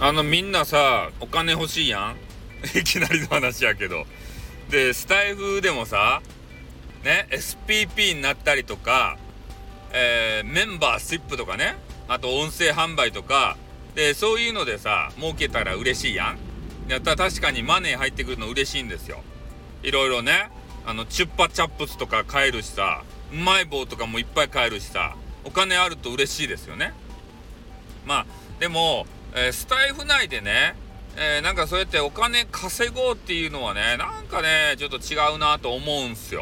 みんなさ、お金欲しいやんいきなりの話やけど。で、スタイフでもさ、ね、SPP になったりとか、メンバーシップとかね、あと音声販売とか、で、そういうのでさ、儲けたら嬉しいやん。やったら確かにマネー入ってくるの嬉しいんですよ。いろいろね、チュッパチャップスとか買えるしさ、うまい棒とかもいっぱい買えるしさ、お金あると嬉しいですよね。まあ、でも、スタイフ内でね、なんかそうやってお金稼ごうっていうのはね、なんかね、ちょっと違うなと思うんすよ。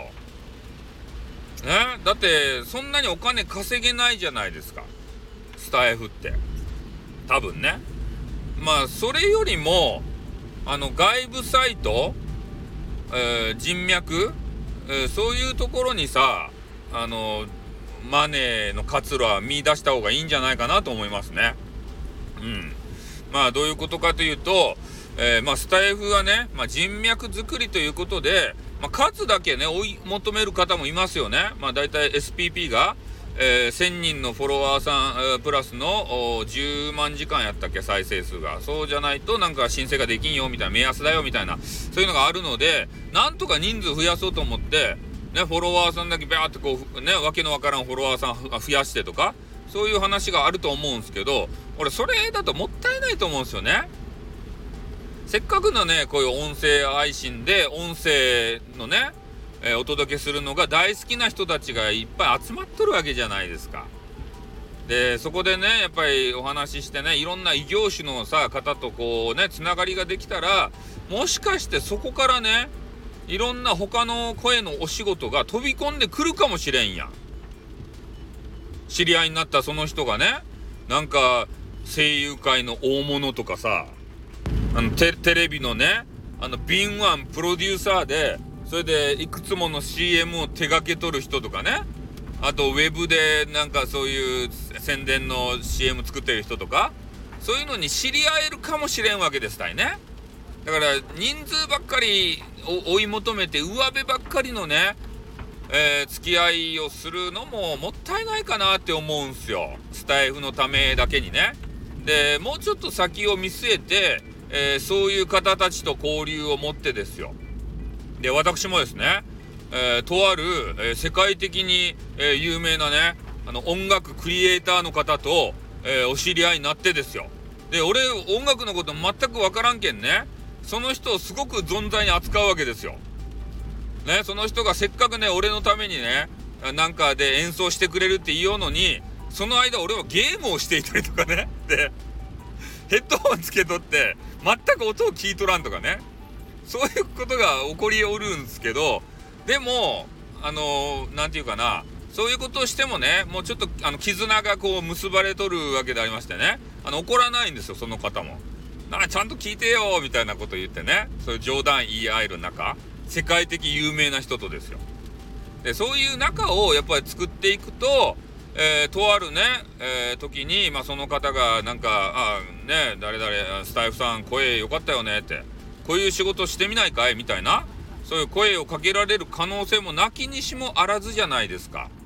だってそんなにお金稼げないじゃないですか、スタイフって。多分ね。まあそれよりも外部サイト、人脈、そういうところにさ、マネーの活路は見出した方がいいんじゃないかなと思いますね。まあどういうことかというと、まあスタイフはね、人脈作りということで、数だけね追い求める方もいますよね。だいたい SPP が、1000人のフォロワーさん、プラスの10万時間やったっけ、再生数が。そうじゃないとなんか申請ができんよみたいな、目安だよみたいな、そういうのがあるので、なんとか人数増やそうと思ってね、フォロワーさんだけビャーってこうね、わけのわからんフォロワーさん増やしてとか、そういう話があると思うんですけど、俺それだともったいないと思うんですよね。せっかくのね、こういう音声配信で音声のね、お届けするのが大好きな人たちがいっぱい集まっとるわけじゃないですか。で、そこでね、やっぱりお話ししてね、いろんな異業種のさ、方とこうね、つながりができたら、もしかしてそこからね、いろんな他の声のお仕事が飛び込んでくるかもしれんやん。知り合いになったその人がね、なんか声優界の大物とかさ、テレビのね、敏腕プロデューサーで、それでいくつもの CM を手掛けとる人とかね、あとウェブでなんかそういう宣伝の CM 作ってる人とか、そういうのに知り合えるかもしれんわけですたいね。だから人数ばっかり追い求めて上辺ばっかりのね、付き合いをするのももったいないかなって思うんすよ、スタイフのためだけにね。で、もうちょっと先を見据えて、そういう方たちと交流を持ってですよ。で、私もですね、とある、世界的に、有名なね、音楽クリエイターの方と、お知り合いになってですよ。で、俺音楽のこと全くわからんけんね、その人をすごく存在に扱うわけですよ。ね、その人がせっかくね、俺のためにね、なんかで演奏してくれるって言おうのに、その間俺はゲームをしていたりとかね。で、ヘッドホンつけとって全く音を聞いとらんとかね、そういうことが起こりおるんですけど、でもなんていうかな、そういうことをしてもね、もうちょっと絆がこう結ばれとるわけでありましてね、怒らないんですよ、その方も。ちゃんと聞いてよみたいなこと言ってね、そういう冗談言い合える中、世界的有名な人とですよ。で、そういう仲をやっぱり作っていくと、とあるね、時に、その方がなんか、ね、誰々スタイフさん声良かったよねって、こういう仕事してみないかいみたいな、そういう声をかけられる可能性もなきにしもあらずじゃないですか。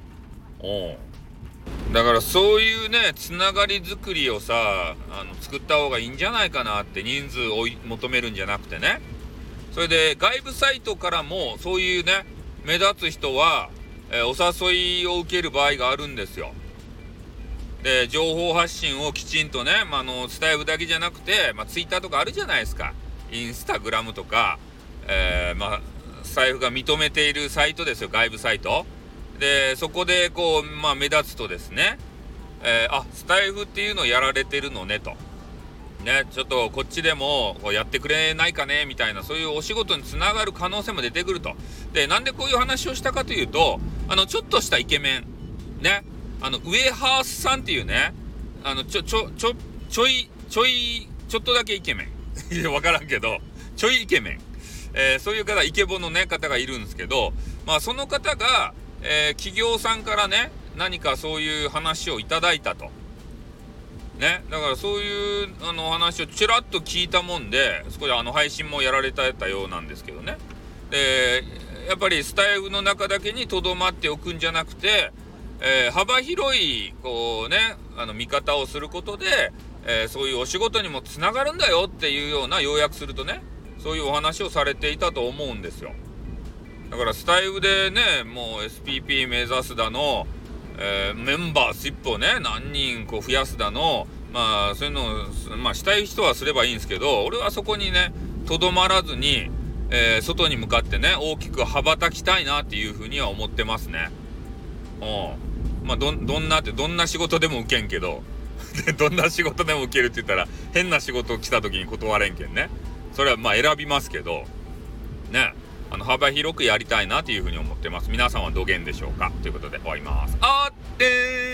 だからそういうね、つながり作りをさ、作った方がいいんじゃないかなって、人数を追い求めるんじゃなくてね。それで外部サイトからもそういうね、目立つ人は、お誘いを受ける場合があるんですよ。で、情報発信をきちんとね、スタイフだけじゃなくて、ツイッターとかあるじゃないですか。インスタグラムとか、スタイフが認めているサイトですよ、外部サイト。で、そこでこう、目立つとですね、スタイフっていうのをやられてるのねと。ね、ちょっとこっちでもこうやってくれないかねみたいな、そういうお仕事につながる可能性も出てくると。で、なんでこういう話をしたかというと、ちょっとしたイケメンね、ウエハースさんっていうね、ちょっとだけイケメンいや、わからんけど、ちょいイケメン、そういう方、イケボのね方がいるんですけど、その方が、企業さんからね、何かそういう話をいただいたとね。だからそういうお話をちらっと聞いたもんで、少し配信もやられたようなんですけどね。で、やっぱりスタイフの中だけにとどまっておくんじゃなくて、幅広いこうね、見方をすることで、 そういうお仕事にもつながるんだよっていうような、要約するとね、そういうお話をされていたと思うんですよ。だからスタイフでね、もう SPP 目指すだの、メンバーシップをね何人こう増やすだの、まあそういうのを、まあ、したい人はすればいいんですけど、俺はそこにねとどまらずに、外に向かってね大きく羽ばたきたいなっていうふうには思ってますね。まあどんな仕事でも受けんけどどんな仕事でも受けるって言ったら変な仕事来た時に断れんけんね、それはまあ選びますけどね、幅広くやりたいなというふうに思ってます。皆さんはどげんでしょうかということで終わります。あってー